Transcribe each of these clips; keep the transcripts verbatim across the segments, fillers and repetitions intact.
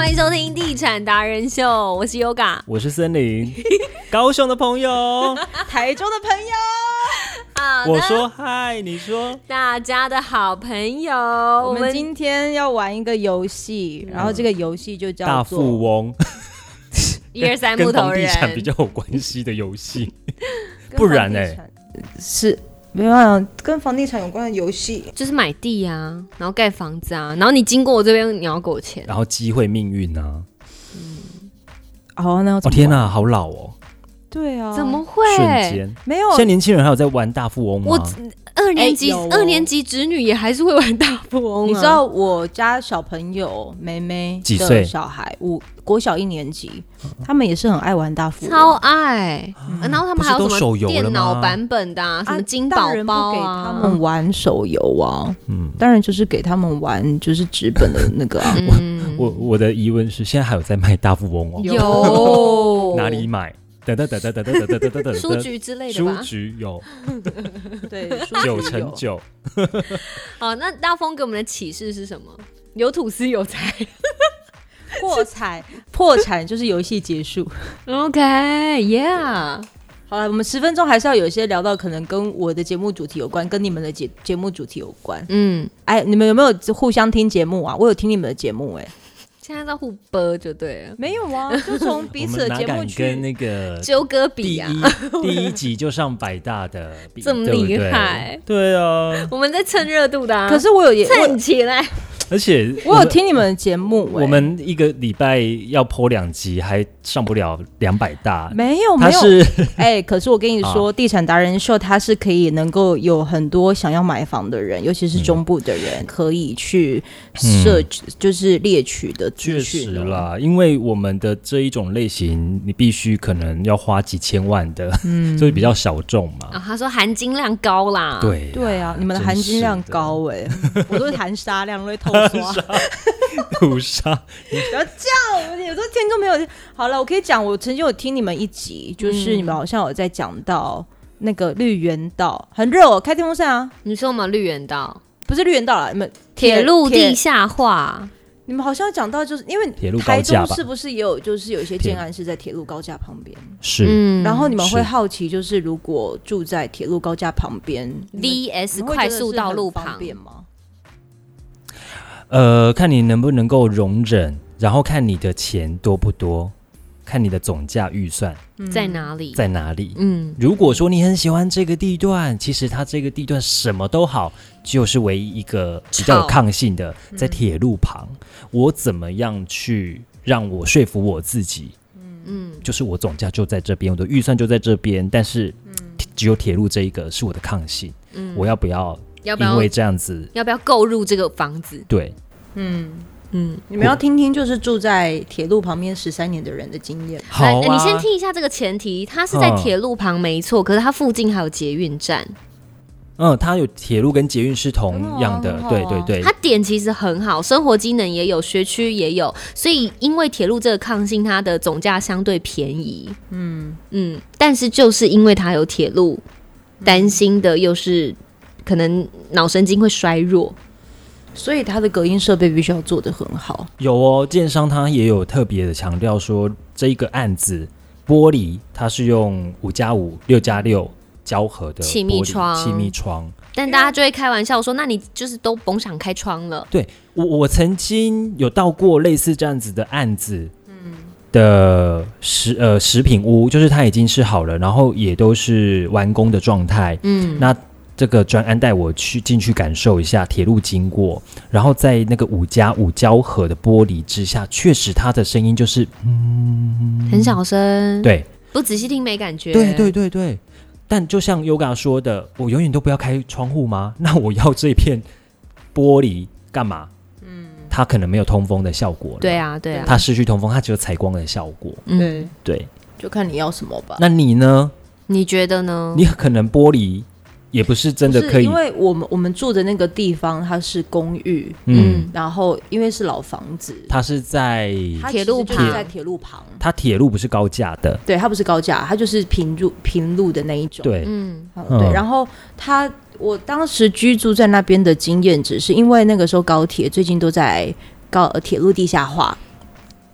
欢迎收听地产达人秀，我是 Yoga， 我是森林，高雄的朋友， 台中的朋友。 好， 我说嗨，你说大家的好朋友， 我们今天要玩一个游戏，然后这个游戏就叫做大富翁， 一二三木头人， 跟房地产比较有关系的游戏，不然呢、欸？ 是。没办法，跟房地产有关的游戏就是买地啊，然后盖房子啊，然后你经过我这边，你要给我钱， 然后机会命运啊。 嗯，好，那要怎么玩？ 哦天哪，好老哦。 对啊， 怎么会？ 瞬间没有。 现在年轻人还有在玩大富翁吗？ 我二年级、 欸哦、 二年级侄女也还是会玩大富翁、啊。 你知道我家小朋友妹妹的小孩，五国小一年级，他们也是很爱玩大富翁， 超爱、 嗯。 然后他们还有什么电脑版本的、啊，什么金宝宝啊， 当然不给他们玩手游啊。嗯，当然就是给他们玩就是纸本的那个啊。 嗯、 我我的疑问是，现在还有在卖大富翁哦？ 有哪里买？等等等等等等等等等等， 书局之类的吧？ 书局有， 对， 九乘九。 好，那大风给我们的启示是什么？有土司有财， 破产破产就是游戏结束。 OK，Yeah、okay, 好了，我们十分钟还是要有一些聊到可能跟我的节目主题有关，跟你们的节节目主题有关。嗯，哎，你们有没有互相听节目啊？我有听你们的节目、欸，哎。 现在在互播就对了， 没有啊，就从彼此的节目去跟那个纠葛比啊， 第一第一集就上百大的， 这么厉害， 对, 对啊， 我们在蹭热度的、啊， 可是我有也蹭起来， 而且我有听你们的节目、欸， 我们一个礼拜要播两集，还上不了两百大， 没有，没有，哎、欸，可是我跟你说，地产达人秀它是可以能够有很多想要买房的人，尤其是中部的人，嗯、可以去设、嗯、就是猎取的。 确实啦，因为我们的这一种类型，你必须可能要花几千万的，嗯，所以比较小众嘛。 哦、他说含金量高啦， 对、啊、 对啊，你们的含金量高哎、欸，我都是含沙量，都会偷刷、 吐沙。 不要这样，有时候听众没有。好了，我可以讲，我曾经有听你们一集，就是你们好像有在讲到那个绿园道，很热哦，开电风扇啊。 你说我们绿园道不是绿园道啦，你们铁路地下化。 你们好像讲到，就是因为台中是不是也有，就是有一些建案是在铁路高架旁边？ 是、 嗯，然后你们会好奇，就是如果住在铁路高架旁边 ，V S 快速道路旁边吗？ 呃，看你能不能够容忍，然后看你的钱多不多，看你的总价预算、 嗯、在哪里， 在哪里？嗯，如果说你很喜欢这个地段，其实它这个地段什么都好。就是唯一一个比较有抗性的，在铁路旁、嗯，我怎么样去让我说服我自己？嗯，就是我总价就在这边，我的预算就在这边，但是只有铁路这一个是我的抗性。嗯，我要不要？因为这样子， 要不要购入这个房子？ 对， 嗯嗯，你们要听听，就是住在铁路旁边十三年的人的经验。 好、啊， 你先听一下这个前提，它是在铁路旁没错、嗯，可是它附近还有捷运站。 嗯，它有铁路跟捷运是同样的，哦、对对对。 它点其实很好，生活机能也有，学区也有，所以因为铁路这个抗性，它的总价相对便宜。嗯嗯，但是就是因为它有铁路，担心的又是可能脑神经会衰弱， 所以它的隔音设备必须要做得很好。 有哦，建商他也有特别的强调说，这一个案子玻璃它是用五加五、六加六。胶合的气密窗， 气密窗， 但大家就会开玩笑说：“那你就是都甭想开窗了。” 对，我我曾经有到过类似这样子的案子，嗯，的食呃食品屋，就是它已经是好了，然后也都是完工的状态，嗯，那这个专案带我去进去感受一下铁路经过，然后在那个五加五胶合的玻璃之下，确实它的声音就是嗯很小声， 对， 不仔细听没感觉， 对对对对。但就像 Yoga 说的，我永远都不要开窗户吗？那我要这片玻璃干嘛？嗯，它可能没有通风的效果了。 对啊，对啊， 它失去通风，它只有采光的效果。 嗯，对对， 就看你要什么吧。 那你呢？ 你觉得呢？ 你可能玻璃也不是真的可以， 因为我们我们住的那个地方它是公寓，嗯，然后因为是老房子， 它是在铁路旁， 在铁路旁， 它铁路不是高架的， 对，它不是高架，它就是平路平路的那一种， 对， 嗯，对，然后它我当时居住在那边的经验，只是因为那个时候高铁最近都在高铁路地下化。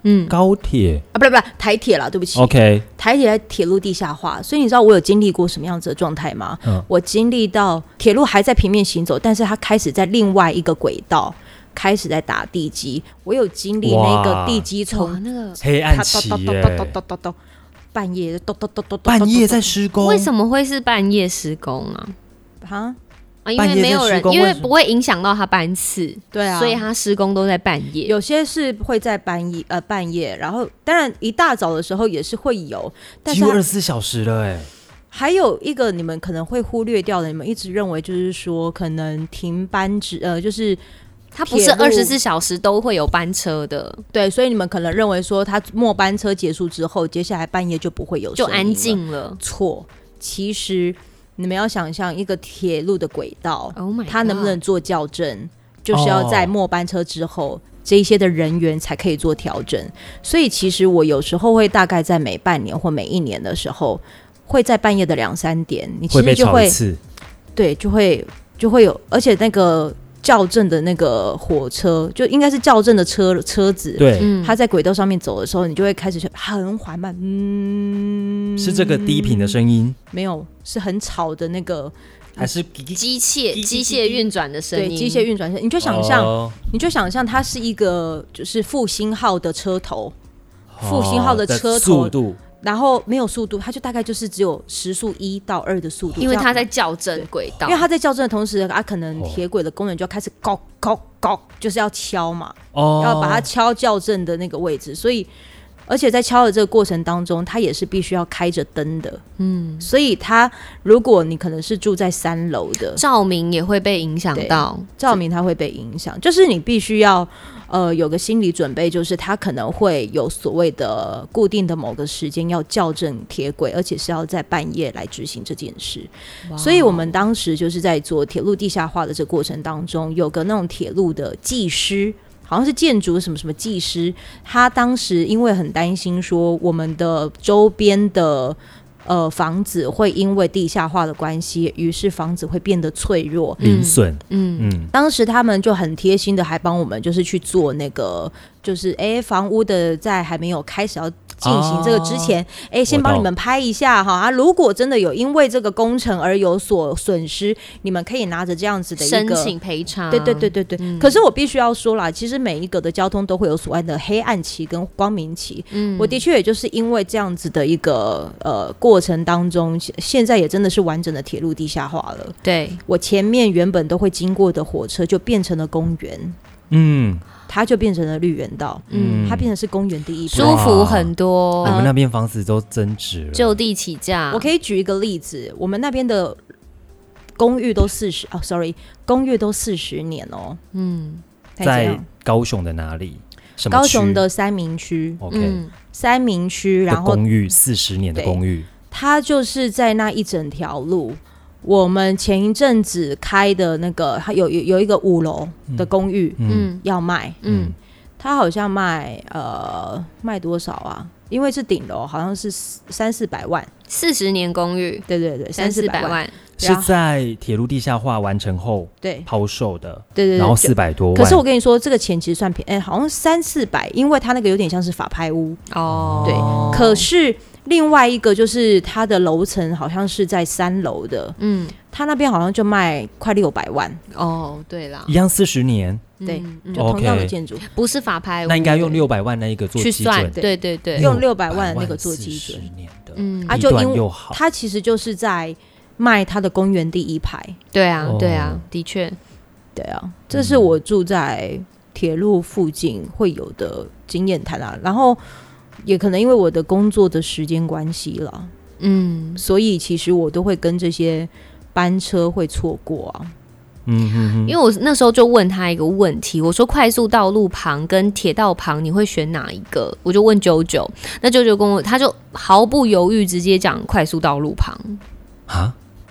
嗯， 高铁啊，不是不是台铁啦，对不起 ，OK， 台铁在铁路地下化，所以你知道我有经历过什么样子的状态吗？嗯，我经历到铁路还在平面行走，但是它开始在另外一个轨道开始在打地基，我有经历那个地基从那个黑暗期耶， 半夜咚咚咚咚， 半夜在施工， 为什么会是半夜施工啊？ 哈啊，因为没有人，因为不会影响到他班次， 对啊， 所以他施工都在半夜。 有些是会在半夜，呃，半夜，然后当然一大早的时候也是会有，但是几乎二十四小时了哎。 还有一个你们可能会忽略掉的，你们一直认为就是说可能停班值，呃，就是它不是二十四小时都会有班车的， 对，所以你们可能认为说它末班车结束之后，接下来半夜就不会有声音了， 就安静了。 错，其实你们要想象一个铁路的轨道， Oh my God， 它能不能做校正，就是要在末班车之后。哦，这一些的人员才可以做调整，所以其实我有时候会大概在每半年或每一年的时候，会在半夜的两三点，你其实就会， 会被吵一次， 对，就会就会有，而且那个校正的那个火车，就应该是校正的车车子， 对， 嗯， 它在轨道上面走的时候，你就会开始很缓慢，嗯， 是这个低频的声音， 没有，是很吵的那个。 还是机械机械运转的声音， 对，机械运转声，你就想象， 哦， 你就想象它是一个就是复兴号的车头，复兴号的车头速度， 然后没有速度，它就大概就是只有时速一到二的速度， 因为它在校正轨道， 因为它在校正的同时，它可能铁轨的工人就要开始高高高，就是要敲嘛， 哦， 要把它敲校正的那个位置，所以。而且在敲的这个过程当中，它也是必须要开着灯的，嗯，所以它如果你可能是住在三楼的， 照明也会被影响到， 照明它会被影响，就是你必须要呃有个心理准备，就是它可能会有所谓的固定的某个时间要校正铁轨，而且是要在半夜来执行这件事。所以我们当时就是在做铁路地下化的这个过程当中，有个那种铁路的技师。好像是建筑什么什么技师，他当时因为很担心说我们的周边的呃房子会因为地下化的关系，于是房子会变得脆弱、 零损。 嗯嗯， 当时他们就很贴心的，还帮我们就是去做那个，就是哎、欸、房屋的在还没有开始要进行这个之前，哎、哦欸，先帮你们拍一下哈啊！如果真的有因为这个工程而有所损失，你们可以拿着这样子的一个申请赔偿。 对对对对对、嗯。可是我必须要说啦，其实每一个的交通都会有所谓的黑暗期跟光明期。嗯，我的确也就是因为这样子的一个呃过程当中，现在也真的是完整的铁路地下化了。 对， 我前面原本都会经过的火车就变成了公园。 嗯。 它就变成了绿园道，嗯，它变成是公园第一排， 舒服很多。 我们那边房子都增值了， 就地起价。 我可以举一个例子，我们那边的公寓都四十哦 ，sorry， 公寓都四十年哦，嗯， 在高雄的哪里？什么区？ 高雄的三民区 ，OK，、 嗯、三民区，然后公寓四十年的公寓， 它就是在那一整条路。我们前一阵子开的那个，它有有有一个五楼的公寓，嗯，要卖，嗯，它好像卖呃卖多少啊？因为是顶楼，好像是三四百万， 四十年公寓， 对对对， 三四百万， 是在铁路地下化完成后对抛售的， 对 对, 对， 然后四百多万。 可是我跟你说，这个钱其实算便宜，哎，好像三四百，因为它那个有点像是法拍屋哦，对，可是。另外一个就是它的楼层好像是在三楼的，嗯，它那边好像就卖快六百万哦，对啦， 一样四十年， 对，嗯、就同样的建筑， okay, 不是法拍屋， 那应该用六百万那一个做基准， 对对对， 用六百万的那个做基准， 嗯， 啊，就因为它其实就是在卖它的公园第一排， 对啊，哦、对啊，的确， 对啊，这是我住在铁路附近会有的经验谈啊，然后。也可能因为我的工作的时间关系啦，嗯，所以其实我都会跟这些班车会错过啊， 嗯哼哼，因为我那时候就问他一个问题，我说快速道路旁跟铁道旁你会选哪一个？我就问九九，那九九跟我他就毫不犹豫直接讲快速道路旁啊。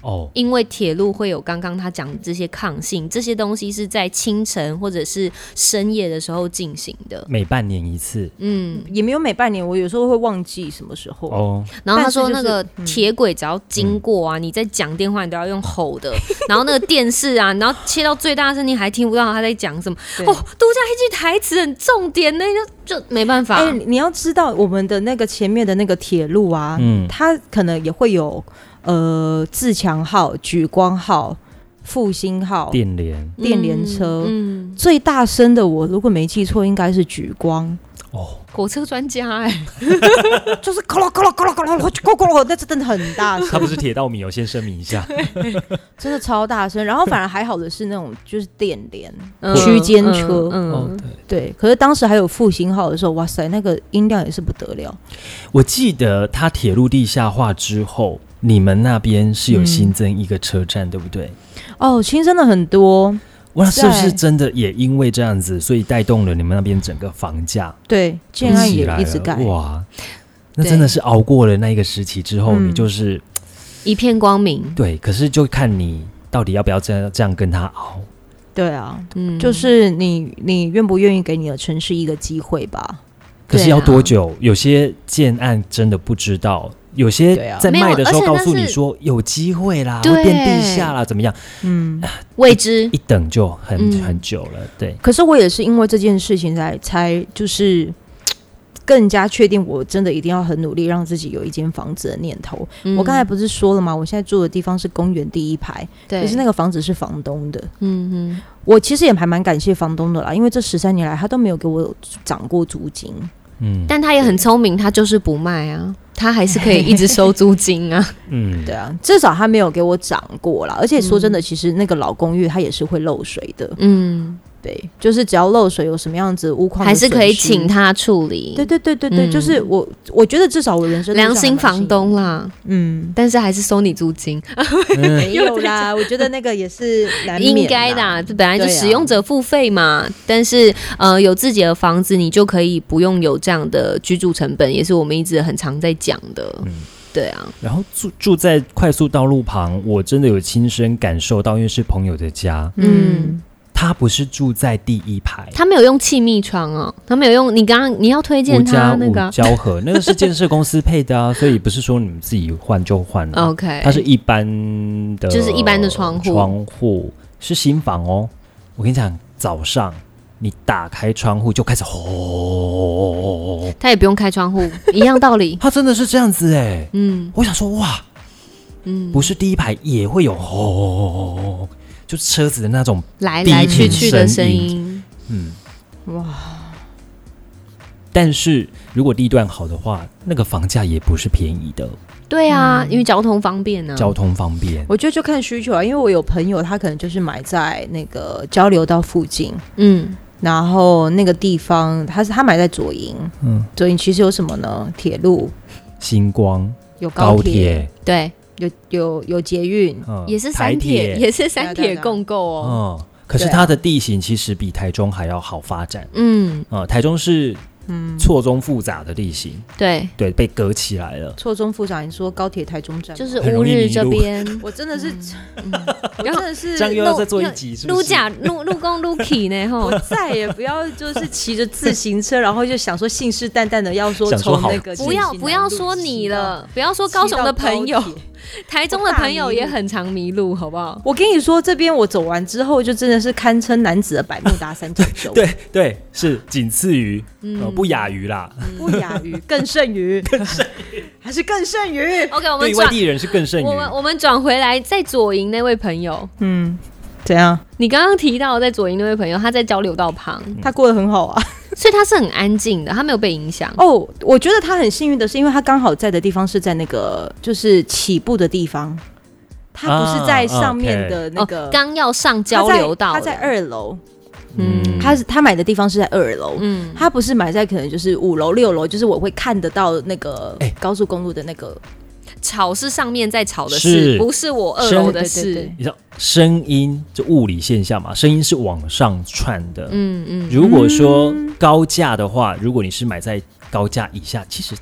哦， 因为铁路会有刚刚他讲的这些抗性，这些东西是在清晨或者是深夜的时候进行的， 每半年一次， 嗯， 也没有每半年，我有时候会忘记什么时候。 哦， 然后他说但是就是那个铁轨只要经过啊，嗯、你在讲电话你都要用吼的，然后那个电视啊，然后切到最大声你还听不到他在讲什么。哦，杜嘉一句台词很重点呢，就就没办法。哎、 欸，你要知道我们的那个前面的那个铁路啊，嗯，它可能也会有。呃，自强号、莒光号、复兴号、 电联、 电联车，嗯嗯、最大声的，我如果没记错，应该是莒光。 哦，火车专家哎、 欸，就是咔啦咔啦咔啦咔啦咔咔啦，那真的很大声。 他不是铁道迷，我先声明一下， 真的超大声。然后反而还好的是那种就是电联区间车，嗯，嗯嗯对对。可是当时还有复兴号的时候，哇塞，那个音量也是不得了。 我记得它铁路地下化之后。你们那边是有新增一个车站，嗯、对不对？ 哦，新增了很多。 哇，是不是真的也因为这样子，所以带动了你们那边整个房价？ 对，建案也一直盖。 哇，那真的是熬过了那一个时期之后，你就是一片光明。 对，可是就看你到底要不要这样这样跟他熬。 对啊，嗯，就是你你愿不愿意给你的城市一个机会吧？ 可是要多久？啊、有些建案真的不知道。有些在卖的时候告诉你说有机会啦，会变地下啦，怎么样？嗯， 未知， 一等就很、嗯、很久了。对， 可是我也是因为这件事情才才就是更加确定，我真的一定要很努力让自己有一间房子的念头。嗯、我刚才不是说了吗？我现在住的地方是公园第一排，对，可是那个房子是房东的。嗯哼，我其实也还蛮感谢房东的啦，因为这十三年来他都没有给我涨过租金。 嗯，但他也很聪明，他就是不卖啊，他还是可以一直收租金啊。 嗯，对啊，至少他没有给我涨过啦。而且说真的，嗯、其实那个老公寓它也是会漏水的。嗯，对，就是只要漏水有什么样子屋况， 还是可以请他处理。 对对对对对，嗯、就是我我觉得至少我人生良心房东啦。嗯，但是还是收你租金。 没有啦，我觉得那个也是难免应该的、啊，这本来就使用者付费嘛。啊、但是呃，有自己的房子，你就可以不用有这样的居住成本，也是我们一直很常在讲的。嗯。对啊， 然后住住在快速道路旁，我真的有亲身感受到，因为是朋友的家，嗯，他不是住在第一排， 他没有用气密窗哦，他没有用。你刚刚你要推荐他那个五加五胶合，那个是建设公司配的啊，所以不是说你们自己换就换了。 OK， 它是一般的， 就是一般的窗户， 窗户是新房哦。我跟你讲，早上你打开窗户就开始吼， 他也不用开窗户，一样道理。 他真的是这样子哎、欸，嗯，我想说哇，嗯，不是第一排也会有吼，就车子的那种来来去去的声音，嗯，哇。 但是如果地段好的话，那个房价也不是便宜的。 对啊，嗯、因为交通方便啊。 交通方便， 我觉得就看需求啊。因为我有朋友，他可能就是买在那个交流道附近，嗯，然后那个地方他是他买在左营，嗯，左营其实有什么呢？铁路、 星光、 有高铁， 对， 有有有捷运、 嗯，也是三铁，也是三铁共构哦。 嗯，可是它的地形其实比台中还要好发展。嗯，呃，台中是。嗯，错综复杂的地形， 对对，被隔起来了。 错综复杂，你说高铁台中站就是乌日这边， 我真的是，嗯嗯、我真的是， 这样又要再做一集，是不是？ 路甲路路公路 key 呢？哈， 我再也不要就是骑着自行车，然后就想说信誓旦旦的要说从那个不要不要说你了，不要说高雄的朋友。台中的朋友也很常迷路，好不好？ 我跟你说，这边我走完之后，就真的是堪称男子的百慕达三角洲。 对对，是仅次于、嗯呃，不亚于啦， 嗯、不亚于，更胜于，更胜于，还是更胜于。 OK， 我们对外地人是更胜于。 我们我们转回来，在左营那位朋友， 嗯，怎样？ 你刚刚提到在左营那位朋友，他在交流道旁， 嗯、他过得很好啊。 所以他是很安静的，他没有被影响。 哦，我觉得他很幸运的是，因为他刚好在的地方是在那个就是起步的地方，他不是在上面的那个刚、啊 okay 哦、要上交流道， 他在二楼。嗯，他是他买的地方是在二楼，嗯，他不是买在可能就是五楼六楼，就是我会看得到那个高速公路的那个。 吵是上面在吵的事，不是我二楼的事。 你知道声音就物理现象嘛？声音是往上窜的。嗯嗯。如果说高架的话，如果你是买在高架以下，其实它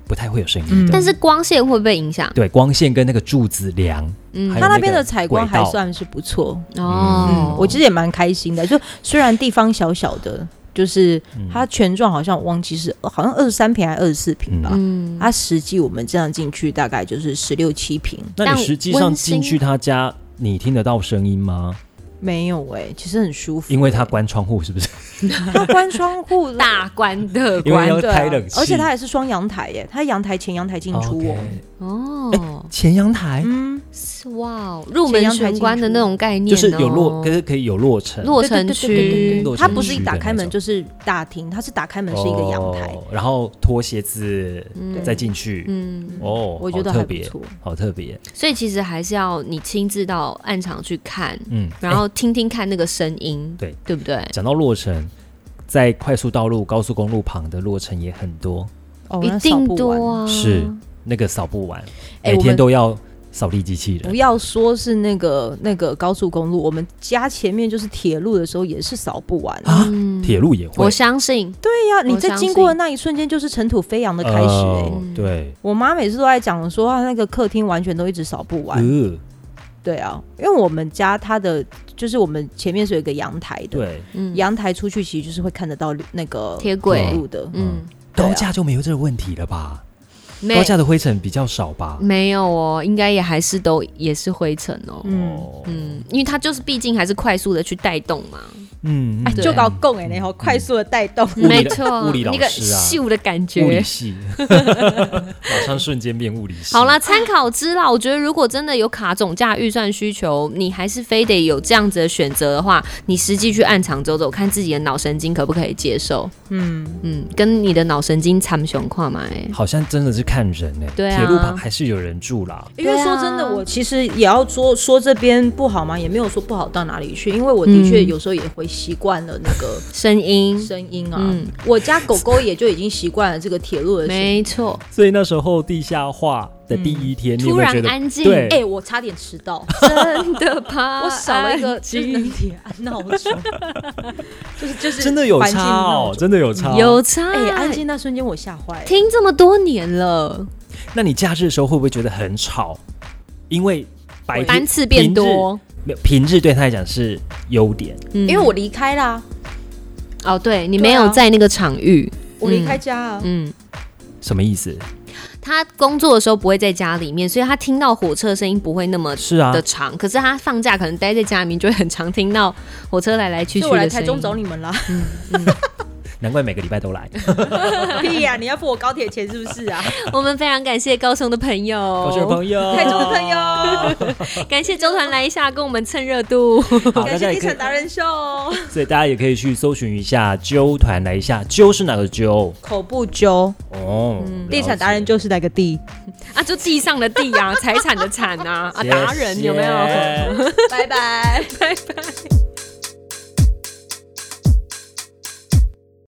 不太会有声音的、 嗯但是光线会不会影响？ 对，光线跟那个柱子梁， 嗯还有他那边的采光还轨道算是不错， 哦、 嗯，我其实也蛮开心的。就虽然地方小小的，就是它全幢好像我忘记是好像二十三平还是二十四平吧， 嗯， 它实际我们这样进去大概就是十六七平。 那你实际上进去他家，你听得到声音吗？ 没有哎、欸，其实很舒服、欸， 因为他关窗户，是不是？ 他关窗户， 大关特因为要关， 对啊开冷气， 而且它也是双阳台耶，它阳台前阳台进出哦。 哦， 欸前阳台， 嗯， 哇，入门玄关的那种概念、哦， 就是有落，可是可以有落尘， 落尘区， 落尘区它不是一打开门就是大厅，它是打开门是一个阳台， 哦、然后脱鞋子、嗯、再进去， 嗯， 哦， 我觉得还不错， 好特别。 所以其实还是要你亲自到暗场去看， 嗯， 然后听听看那个声音， 对对不对？ 讲到落尘，在快速道路、高速公路旁的落尘也很多， 哦， 一定多啊， 是那个扫不完，欸、每天都要扫地机器人。 不要说是那个那个高速公路，我们家前面就是铁路的时候也是扫不完啊，铁、嗯、路也会， 我相信。 对呀、啊，你在经过的那一瞬间就是尘土飞扬的开始、欸。哎、 呃，对， 我妈每次都在讲说，她那个客厅完全都一直扫不完。呃对啊，因为我们家它的就是我们前面是有一个阳台的， 对， 阳、嗯、台出去其实就是会看得到那个铁轨路的， 嗯，高架就没有这个问题了吧？高架的灰尘比较少吧？ 没有哦，应该也还是都也是灰尘哦， 嗯嗯，因为它就是毕竟还是快速的去带动嘛。 嗯，哎，就搞共哎，然后快速的带动， 没错， 物理老师啊， 那个咻的感觉， 物理系，马上瞬间变物理系。 好啦，参考之啦。我觉得如果真的有卡总价预算需求，你还是非得有这样子的选择的话，你实际去暗场走走，看自己的脑神经可不可以接受。嗯嗯，跟你的脑神经参雄跨嘛，哎， 好像真的是看人哎、欸。 对啊， 铁路旁还是有人住啦。 因为说真的，我其实也要说说这边不好嘛，也没有说不好到哪里去，因为我的确有时候也会习惯了那个声音声音啊。嗯，我家狗狗也就已经习惯了这个铁路的声音， 没错。 所以那时候地下化的第一天，嗯、你有没有觉得突然安静？ 对， 哎、欸，我差点迟到， 真的怕我少了一个就是铁闹钟，就是就是真的有差哦，真的有差， 有差。 哎、欸，安静那瞬间我吓坏了， 听这么多年了。 那你假日的时候会不会觉得很吵？因为白天班次变多， 没有平日对他来讲是优点、 嗯，因为我离开啦。 哦，对你没有在那个场域， 啊、我离开家啊。 嗯， 什么意思？ 他工作的时候不会在家里面，所以他听到火车的声音不会那么是啊的长。可是他放假可能待在家里面，就会很常听到火车来来去去的声音。 所以我来台中找你们啦。 嗯嗯难怪每个礼拜都来。 屁呀、啊！你要付我高铁钱是不是啊？ 我们非常感谢高雄的朋友， 高雄的朋友， 台中的朋友， 感谢周团来一下跟我们蹭热度， 感谢地产达人秀。 所以大家也可以去搜寻一下揪团来一下，揪是哪个揪？ 口部揪哦、 嗯，地产达人就是那个地啊，就地上的地啊，财产的产啊，啊，达人有没有？ 拜拜， 拜拜。